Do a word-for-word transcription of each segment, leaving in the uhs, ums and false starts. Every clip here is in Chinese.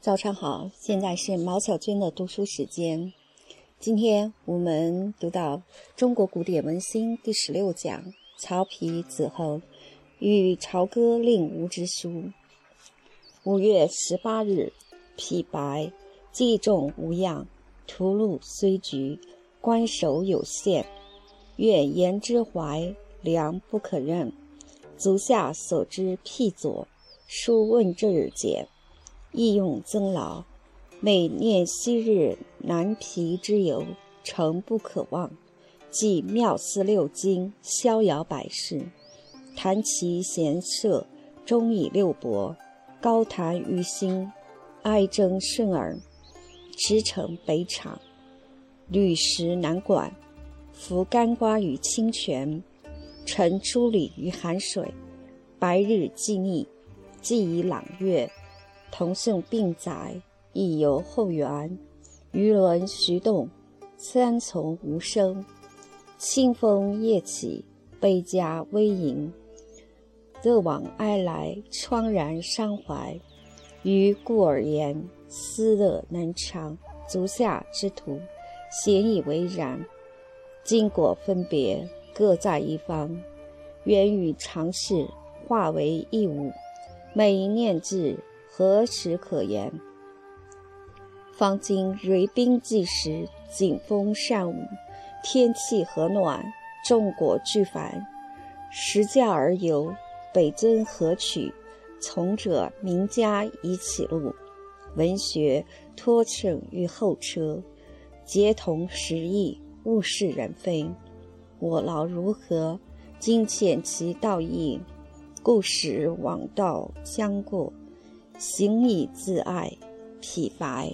早上好，现在是毛小娟的读书时间。今天我们读到中国古典文心第十六讲，曹丕子恒与朝歌令吾之书。五月十八日，丕白，计重无恙，屠戮虽局，官守有限。愿言之怀，良不可任。足下所知辟左，书问至简，意用增劳。每念昔日南皮之游，诚不可忘。即妙思六经，逍遥百世。谈其贤摄，终以六博。高谈于心，哀征顺耳。驰骋北昶，履石南管。服干瓜于清泉，陈诸理于寒水。白日既逆，既以朗月。同姓并载，亦游后园。鱼轮徐动，三从无声。清风夜起，悲家微吟。乐往哀来，怆然伤怀。于故而言，思乐难长。足下之徒，咸以为然。今果分别，各在一方。缘与常事，化为一物。每一念至，何时可言？方今蕊冰既时，景风善舞，天气和暖，众国俱繁。时驾而游，北尊何取？从者名家以启路。文学托乘于后车，皆同时异，物是人非。我劳如何？今遣其道义。故时往道将过，行以自爱。丕白。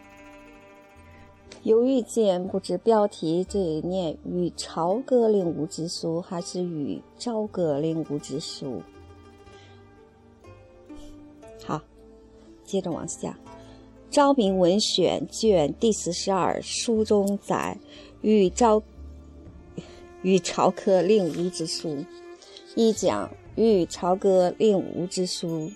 有意见不知标题这一念与朝歌令吾之书还是与朝歌令吾之书。好，接着往下。昭明文选卷第四十二书中载与朝与朝歌令吾之书。一讲与朝歌令吾之书。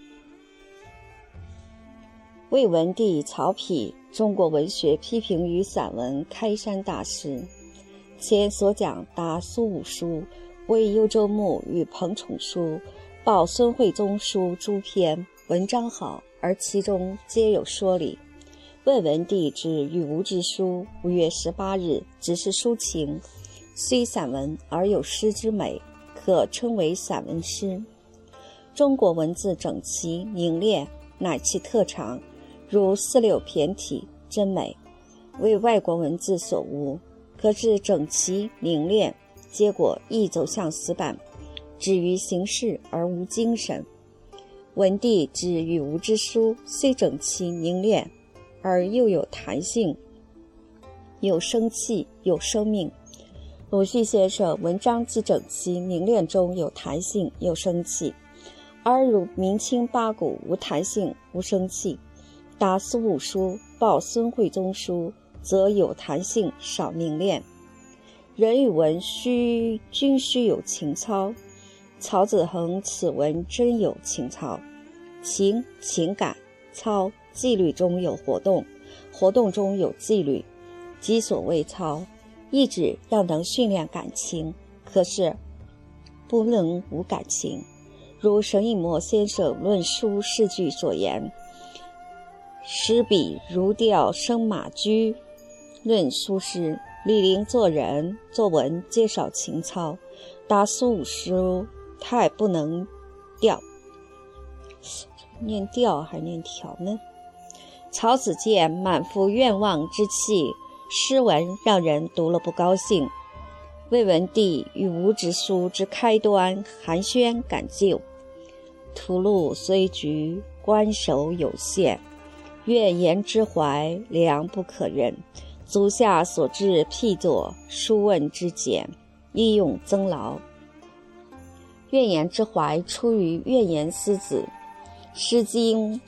魏文帝曹丕，中国文学批评与散文开山大师。前所讲答苏武书、为幽州牧与彭宠书、报孙惠宗书诸篇，文章好，而其中皆有说理。魏文帝之与吾之书，五月十八日，只是抒情，虽散文而有诗之美，可称为散文诗。中国文字整齐凝练，乃其特长，如四六骈体，真美，为外国文字所无。可是整齐凝练，结果亦走向死板，止于形式而无精神。文帝之与吾之书，虽整齐凝练，而又有弹性，有生气，有生命。鲁迅先生文章既整齐凝练中有弹性，有生气，而如明清八股无弹性，无生气。答苏武书、报孙惠宗书则有弹性，少凝练。人与文须均须有情操，曹子恒此文真有情操。情情感，操纪律中有活动，活动中有纪律，即所谓操。意指要能训练感情，可是不能无感情。如沈以沫先生论书诗句所言，诗笔如调生马驹。论书诗，李陵做人作文皆少情操，答苏武书太不能调，念调还念调呢？曹子建满腹愿望之气，诗文让人读了不高兴。魏文帝与吾之书之开端，寒暄感旧。屠戮虽局，官守有限。愿言之怀，良不可任。足下所知辟左，书问之简，意用增劳。怨言之怀出于怨言思子。诗经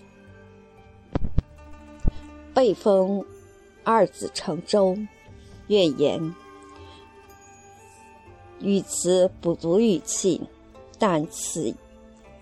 背风二子乘舟，怨言。语词不足语气，但此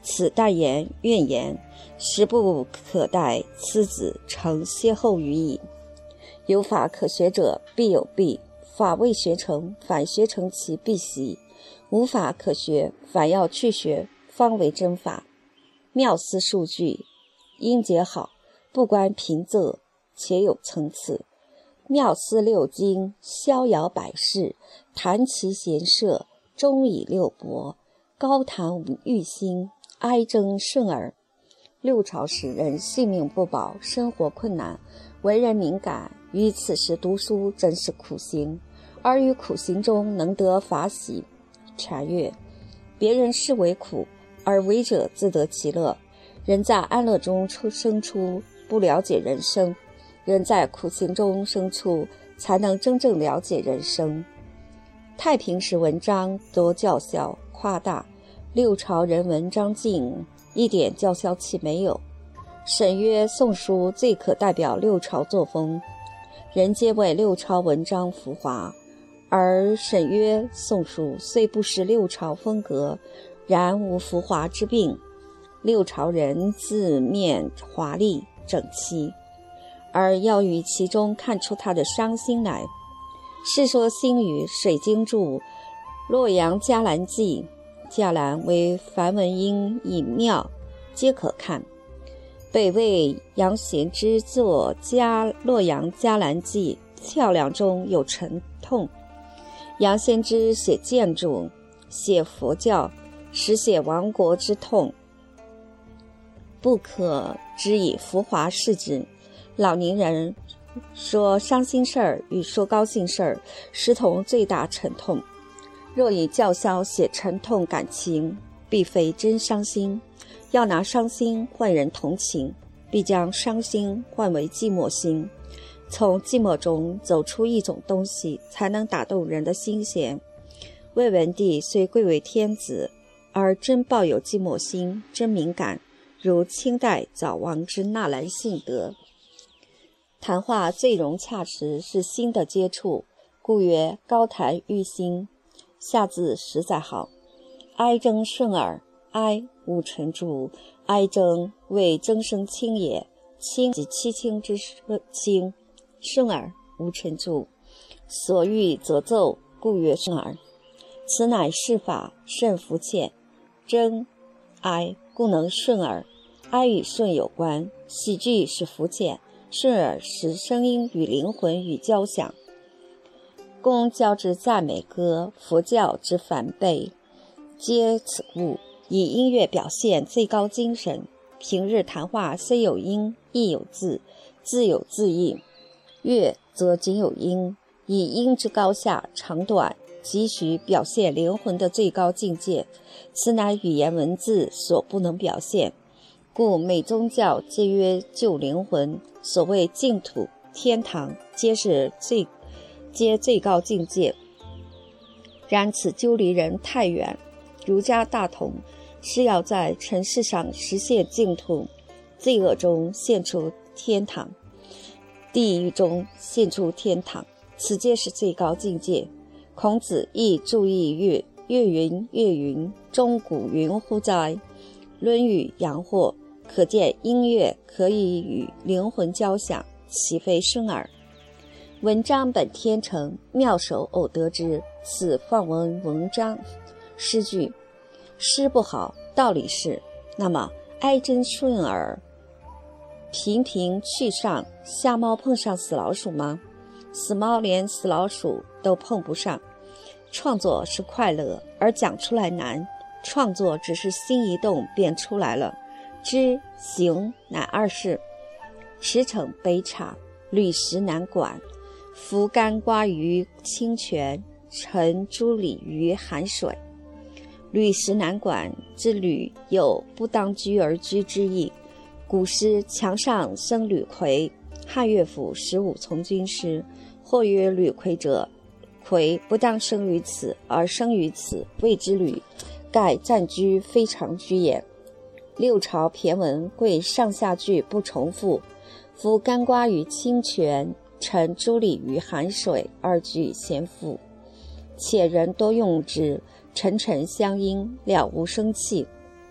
此但言怨言，实不可待此子成歇后语矣。有法可学者必有弊，法未学成，反学成其必习。无法可学，反要去学，方为真法。妙思数句，音节好，不关平仄，且有层次。妙思六经，逍遥百世，谈其贤摄，中以六博，高谈五欲心，哀争顺耳。六朝时人性命不保，生活困难，为人敏感，于此时读书真是苦行，而于苦行中能得法喜禅悦。别人视为苦，而为者自得其乐。人在安乐中出生出，不了解人生；人在苦行中生出，才能真正了解人生。太平时文章多叫嚣夸大，六朝人文章静，一点叫嚣气没有。沈约宋书最可代表六朝作风，人皆为六朝文章浮华，而沈约宋书虽不失六朝风格，然无浮华之病。六朝人字面华丽整齐，而要于其中看出他的伤心来。世说新语《水经注·洛阳伽蓝记》，伽蓝为梵文音以妙，皆可看。北魏杨贤之作《伽洛阳伽蓝记》，漂亮中有沉痛。杨先之写建筑，写佛教，实写亡国之痛，不可只以浮华视之。老年人说伤心事儿与说高兴事儿，实同最大沉痛。若以叫嚣写沉痛感情，必非真伤心。要拿伤心换人同情，必将伤心换为寂寞心。从寂寞中走出一种东西，才能打动人的心弦。魏文帝虽贵为天子，而真抱有寂寞心，真敏感，如清代早亡之纳兰性德。谈话最融洽时是心的接触，故曰高谈郁心。下字实在好，哀争顺耳，哀无成注，哀争为争生清也，清即七清之清，顺耳无成注，所欲则奏，故曰顺耳。此乃事法，甚肤浅。争哀故能顺耳，哀与顺有关。喜剧是肤浅，顺耳使声音与灵魂与交响。公教之赞美歌，佛教之梵呗，皆此故。以音乐表现最高精神。平日谈话虽有音，亦有字，字有字义；乐则仅有音，以音之高下长短，急需表现灵魂的最高境界。此乃语言文字所不能表现，故每宗教皆曰救灵魂。所谓净土、天堂，皆是最皆最高境界。然此纠离人太远。儒家大同是要在尘世上实现净土，罪恶中现出天堂，地狱中现出天堂，此皆是最高境界。孔子亦注意乐，乐云乐云，钟鼓云乎哉？论语阳货，可见音乐可以与灵魂交响，岂非顺耳？文章本天成，妙手偶得之，此放闻文章。诗句，诗不好，道理是，那么哀真顺耳，频频去上，瞎猫碰上死老鼠吗？死猫连死老鼠都碰不上。创作是快乐，而讲出来难。创作只是心一动便出来了，知行乃二事。驰骋杯茶，履石难管，扶干瓜于清泉，沉珠鲤于寒水。履石难管之履，有不当居而居之意。古诗墙上生履葵，汉乐府十五从军诗，或曰履葵者，葵不当生于此，而生于此，谓之履，盖暂居非常居也。六朝骈文贵上下句不重复，夫干瓜于清泉，沉珠鲤于寒水，二句先赋，且人多用之，沉沉相应，了无生气。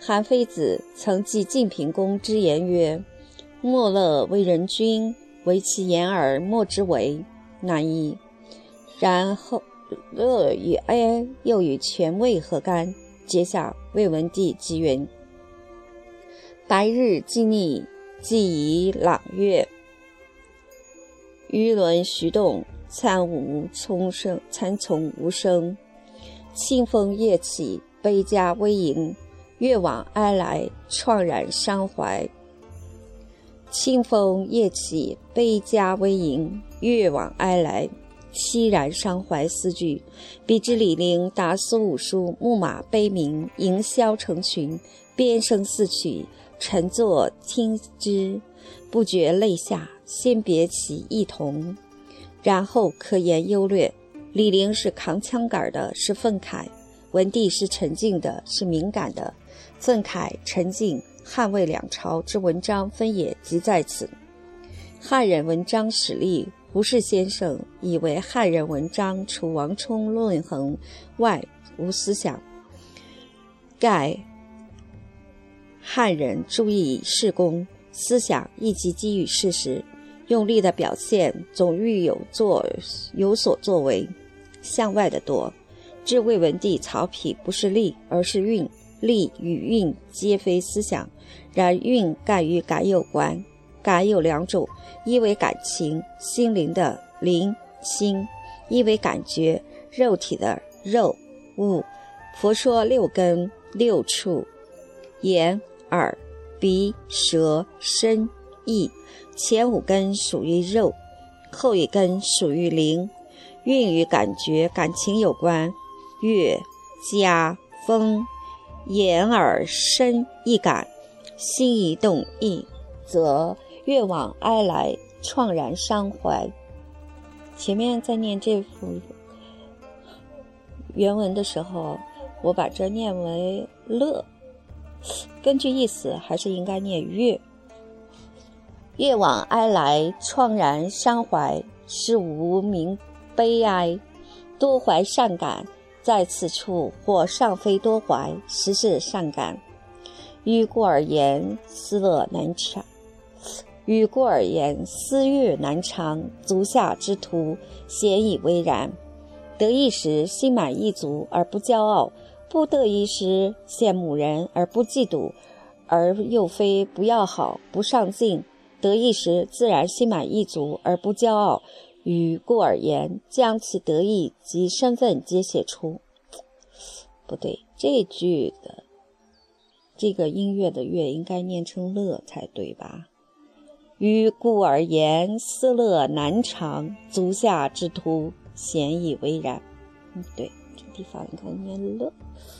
韩非子曾记晋平公之言曰：莫乐为人君，为其言而莫之为，难矣。然后乐与哀又与权位何干？接下魏文帝即云：白日既逆，既以朗月，舆论徐动，参无从声，参从无声。清风夜起，悲家微盈，越往哀来，怆然伤怀。清风夜起，悲家微盈，越往哀来，凄然伤怀四句，比之李陵达苏武书，牧马悲鸣，营箫成群，鞭声四起，臣坐听之，不觉泪下，先别其异同。然后可言优劣，李陵是扛枪杆的，是愤慨；文帝是沉静的，是敏感的。愤慨、沉静、汉魏两朝之文章分野即在此。汉人文章史例，胡适先生以为汉人文章除王充论衡外无思想，盖汉人注意事功，思想亦即基于事实，用力的表现总欲有作有所作为，向外的多。至魏文帝曹丕不是力，而是运，力与运皆非思想，然运盖与感有关。感有两种，一为感情，心灵的灵心；一为感觉，肉体的肉物。佛说六根六处，眼耳鼻舌身意，前五根属于肉，后一根属于灵。运与感觉感情有关，月家风眼耳身一感，心一动意，则越往哀来，怆然伤怀。前面在念这幅原文的时候，我把这念为乐，根据意思还是应该念越。越往哀来，怆然伤怀，是无名悲哀，多怀善感，在此处或尚非多怀，实是善感。于故而言，思乐难长。于故而言，思悦难长，足下之徒，鲜以为然。得意时心满意足而不骄傲，不得意时羡慕人而不嫉妒，而又非不要好不上进。得意时自然心满意足而不骄傲，于故而言，将其得意及身份皆写出。不对，这句的这个音乐的乐应该念成乐才对吧？于故而言，思乐难长，足下之徒，鲜以为然。嗯，对，这地方应该念乐。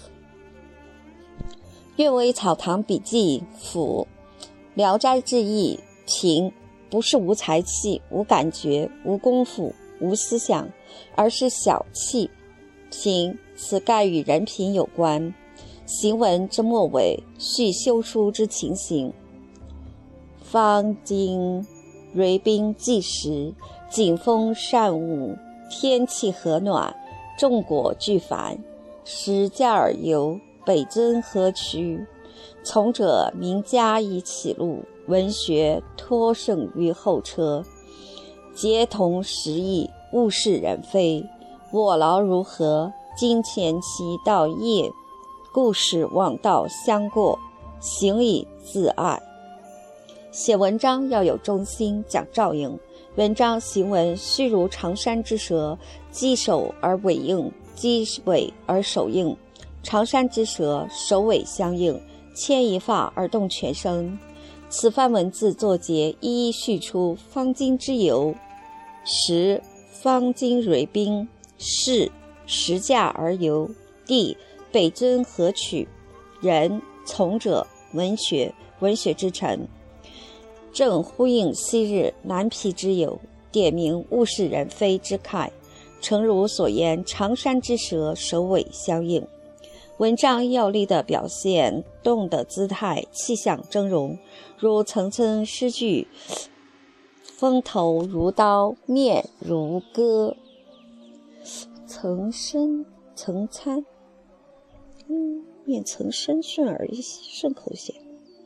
阅微草堂笔记辅，聊斋志异评，不是无才气、无感觉、无功夫、无思想，而是小气。评，此盖与人品有关。行文之末尾，叙修书之情形。方今蕊冰既时，景风善舞，天气和暖，众果俱繁，时驾而游，北征何渠？从者名家以启路，文学托胜于后车。皆同时意，物是人非。我劳如何？今前期到夜，故使望道相过，行以自爱。写文章要有中心，讲照应。文章行文须如长山之舌，击首而尾应，击尾而首应。长山之舌，首尾相应，牵一发而动全身。此番文字作结，一一叙出方今之由。时方今蕊冰，是时驾而游，地北征何取？人从者文学，文学之臣。正呼应昔日南皮之友，点明物是人非之慨。诚如所言，长山之舌，首尾相应。文章要力的表现动的姿态，气象峥嵘，如层层诗句，风头如刀，面如戈，层深层参。嗯面曾深顺而顺口些。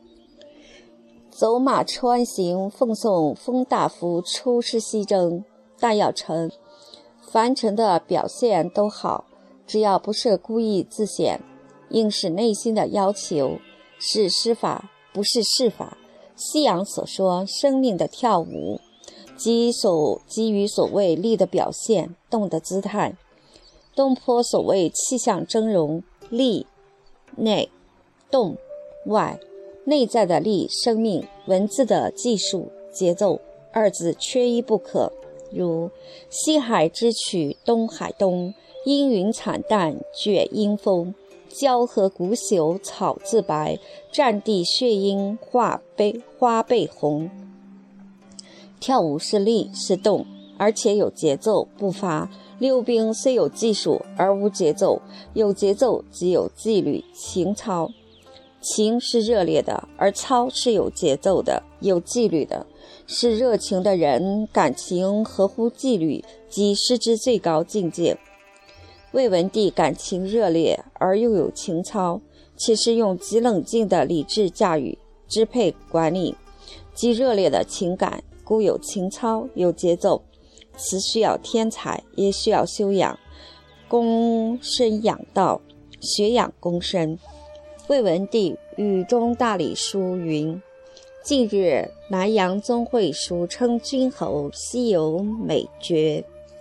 走马川行，奉送封大夫出师西征，但要成凡尘的表现都好，只要不是故意自显，应是内心的要求，是施法，不是事法。西洋所说生命的跳舞，即所基于所谓力的表现，动的姿态。东坡所谓气象峥嵘，力内动外，内在的力生命，文字的技术节奏，二字缺一不可。如西海之曲东海东，阴云惨淡卷阴风，交河古朽草自白，战地血鹰花被花被红。跳舞是力是动，而且有节奏步伐。溜冰虽有技术而无节奏，有节奏即有纪律情操。情是热烈的，而操是有节奏的有纪律的。是热情的人，感情合乎纪律，即失之最高境界。魏文帝感情热烈而又有情操，且是用极冷静的理智驾驭支配管理，极热烈的情感，故有情操有节奏。此需要天才，也需要修养，躬身养道，学养躬身。魏文帝语中大礼书云：近日南阳宗会书称君侯，西游美绝。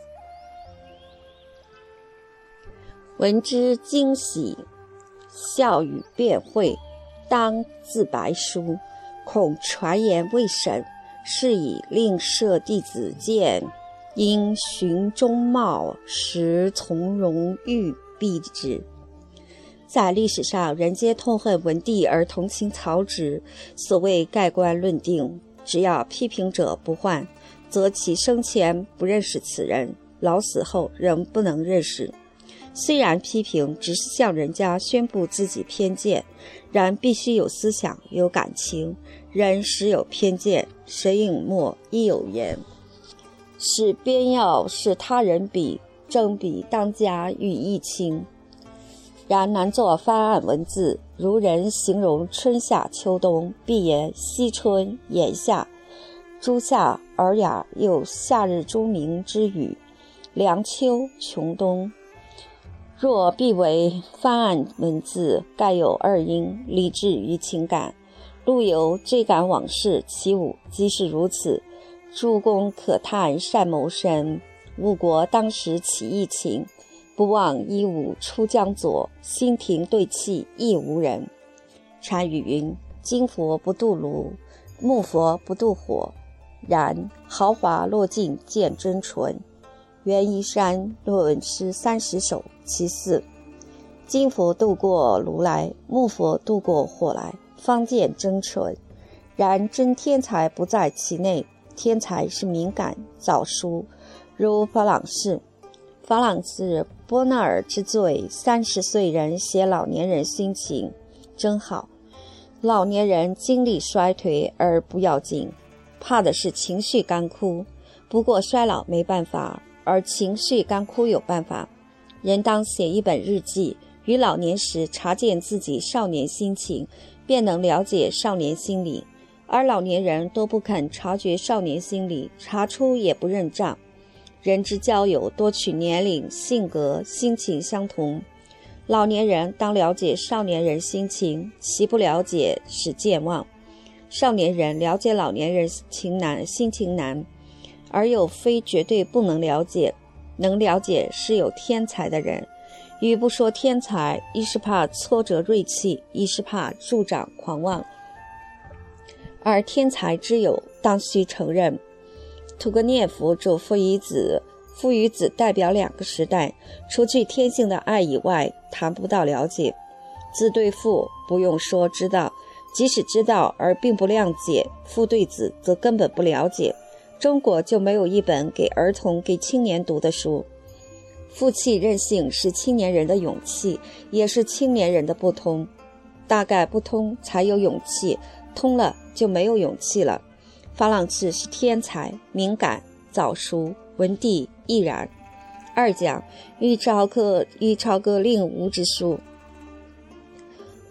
闻之惊喜，笑语辩会，当自白书，恐传言未审，是以令舍弟子见，因循中貌，实从容欲避之。在历史上，人皆痛恨文帝而同情曹植。所谓盖棺论定，只要批评者不换，则其生前不认识此人，老死后仍不能认识。虽然批评只是向人家宣布自己偏见，然必须有思想有感情。人实有偏见，谁隐没亦有言。使边要是他人比，正比当家语意轻。然难作翻案文字，如人形容春夏秋冬，必言夕春炎夏，初夏尔雅，有夏日钟鸣之语，凉秋穷冬。若必为翻案文字，盖有二因，理智与情感。陆游追赶往事起舞，即是如此。诸公可叹善谋深，误国当时起义情。不忘一五出江左，新亭对泣亦无人。禅语云：金佛不度炉，木佛不度火，然豪华落尽见真纯。袁一山论文诗三十首，其四。金佛渡过炉来，木佛渡过火来，方见真纯。然真天才不在其内，天才是敏感早熟，如法朗士。法朗士波纳尔之最，三十岁人写老年人心情，真好。老年人精力衰退而不要紧，怕的是情绪干枯。不过衰老没办法，而情绪干枯有办法。人当写一本日记，于老年时察见自己少年心情，便能了解少年心理。而老年人都不肯察觉少年心理，查出也不认账。人之交友多取年龄、性格、心情相同。老年人当了解少年人心情，其不了解使健忘。少年人了解老年人情难、心情难，而又非绝对不能了解。能了解是有天才的人。与不说天才，一是怕挫折锐气，一是怕助长狂妄。而天才之有，当须承认。屠格涅夫主父与子，父与子代表两个时代，除去天性的爱以外，谈不到了解。子对父不用说知道，即使知道而并不谅解，父对子则根本不了解。中国就没有一本给儿童给青年读的书。负气任性是青年人的勇气，也是青年人的不通。大概不通才有勇气，通了就没有勇气了。法朗士是天才，敏感早熟，文帝亦然。二讲欲朝歌欲朝歌令吾之书。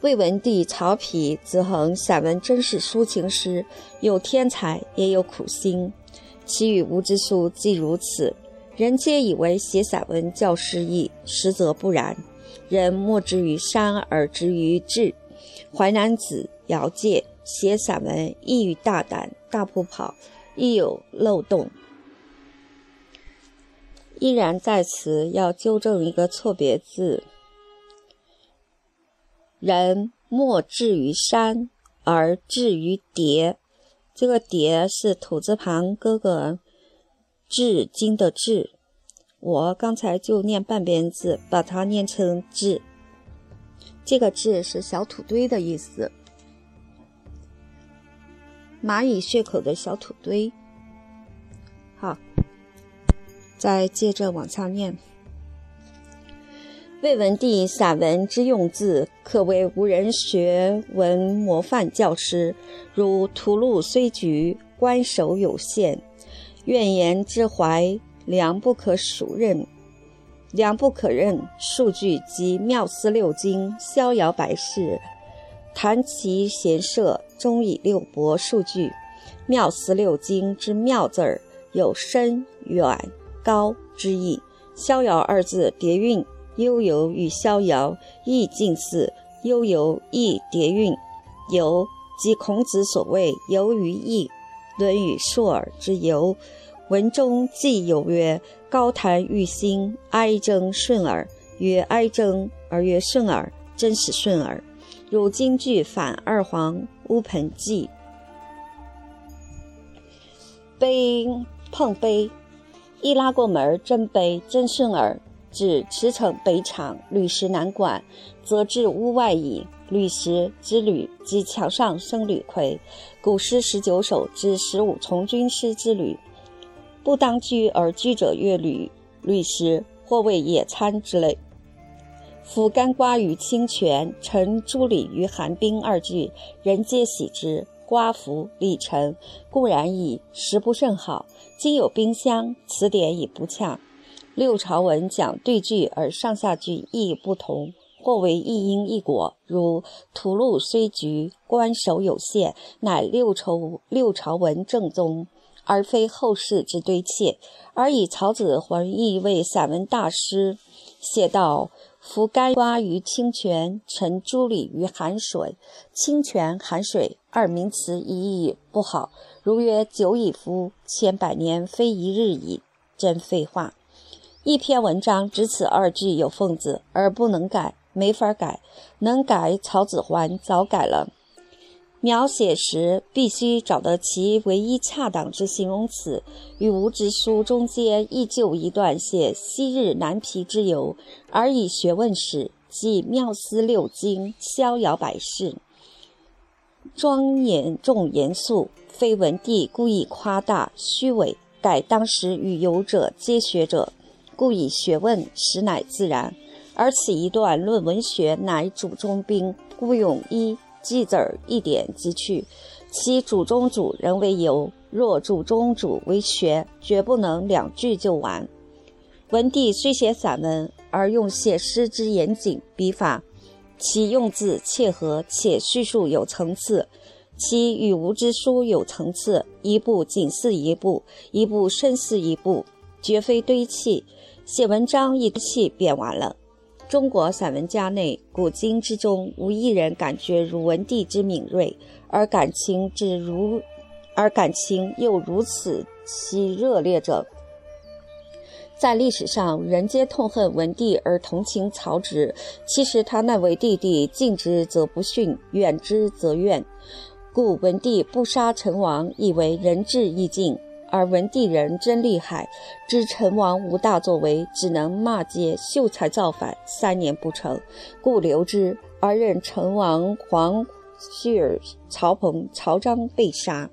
魏文帝曹丕自横散文真实抒情时，有天才也有苦心，其与吴之书既如此。人皆以为写散文较诗意，实则不然。人莫之于山而知于志。淮南子、姚介写散文亦欲大胆大步跑，亦有漏洞。依然在此要纠正一个错别字，人莫至于山而至于蝶，这个蝶是土字旁哥哥至今的至，我刚才就念半边字，把它念成至。这个至是小土堆的意思，蚂蚁血口的小土堆。好，再接着往下念。魏文帝散文之用字，可谓无人学文模范教师，如屠戮虽局，官守有限，怨言之怀，良不可数任。良不可任，数句及妙思六经，逍遥百事，谈其贤摄，终以六博数句。妙思六经之妙字儿，有深远高之意。逍遥二字叠韵，悠游与逍遥亦近似，悠游亦叠韵，游即孔子所谓游于艺，论语述尔之游。文中既有曰高谈欲心，哀征顺耳，曰哀征而曰顺耳，真是顺耳。如京剧反二黄乌盆记。杯碰杯，一拉过门，真杯真顺耳，指驰骋北场，履时难管，则至屋外矣。履时之履，即墙上生履葵。古诗十九首之十五从军师之履。不当居而居者曰履，履时或谓野餐之类。夫干瓜于清泉，陈朱李于寒冰二句，人皆喜之。瓜服李陈固然矣，时不甚好。今有冰箱，词典已不洽。六朝文讲对句而上下句意不同，或为一因一果，如屠戮虽局，官守有限，乃六朝六朝文正宗，而非后世之堆砌。而以曹子桓亦为散文大师，写道：夫干瓜于清泉，陈朱李于寒水。清泉寒水二名词一义不好，如曰久矣夫，千百年非一日矣，真废话。一篇文章只此二句有缝子而不能改，没法改，能改曹子桓早改了。描写时必须找得其唯一恰当之形容词，与吴之书中间依旧一段写昔日南皮之游，而以学问史，即妙思六经，逍遥百事，庄严重严肃，非文帝故意夸大虚伪，改当时与游者皆学者，故以学问实乃自然。而此一段论文学乃主中兵，故用一记字儿一点即去，其主中主仍为游，若主中主为学，绝不能两句就完。文帝虽写散文，而用写诗之严谨笔法，其用字切合，且叙述有层次。其与吴之书有层次，一部紧似一部，一部深似一部，绝非堆砌。写文章一堆砌便完了。中国散文家内，古今之中，无一人感觉如文帝之敏锐，而感情之如，而感情又如此其热烈者。在历史上，人皆痛恨文帝而同情曹植，其实他那位弟弟近之则不逊，远之则怨。故文帝不杀陈王，以为仁至义尽。而文帝人真厉害，知陈王无大作为，只能骂街秀才造反，三年不成，故留之，而任陈王黄须儿、曹鹏、曹彰被杀。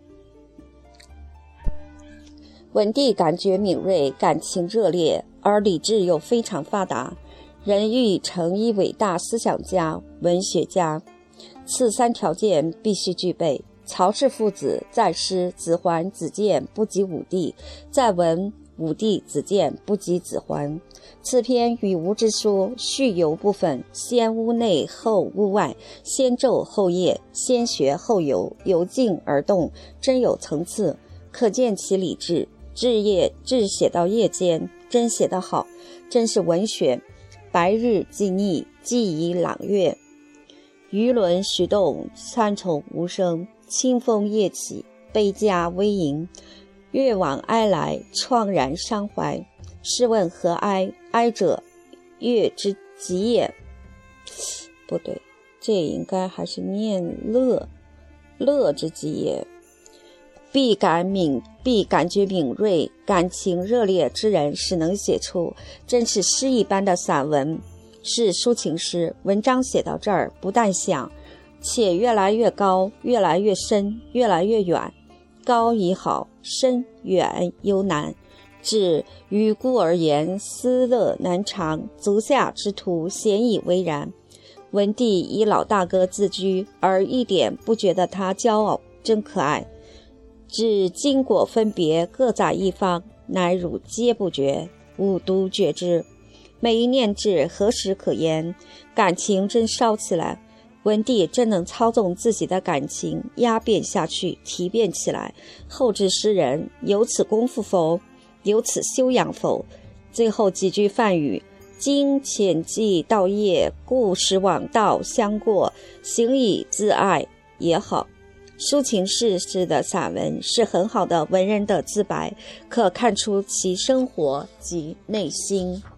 文帝感觉敏锐，感情热烈，而理智又非常发达，人欲成一伟大思想家、文学家，此三条件必须具备。曹氏父子在诗，子桓子建不及武帝，在文武帝子建不及子桓。此篇与吴之说续游部分，先屋内后屋外，先昼后夜，先学后游，由静而动，真有层次，可见其理智。至夜至写到夜间，真写得好，真是文学。白日既逆，既以朗月，鱼轮徐动，三重无声，清风夜起，悲家微吟，越往哀来，怆然伤怀。试问何哀？哀者乐之极也。不对，这应该还是念乐，乐之极也。必感敏，必感觉敏锐、感情热烈之人，是能写出真是诗一般的散文，是抒情诗。文章写到这儿，不但想，且越来越高，越来越深，越来越远。高已好，深远犹难。至于孤而言，思乐难长，足下之徒鲜以为然。文帝以老大哥自居，而一点不觉得他骄傲，真可爱。至经果分别，各在一方，乃汝皆不觉，吾独觉之。每一念至，何时可言？感情真烧起来，文帝真能操纵自己的感情，压变下去，提变起来。后之诗人有此功夫否？有此修养否？最后几句梵语，今浅记道业，故使往道相过，行以自爱也好。抒情世事的散文是很好的文人的自白，可看出其生活及内心。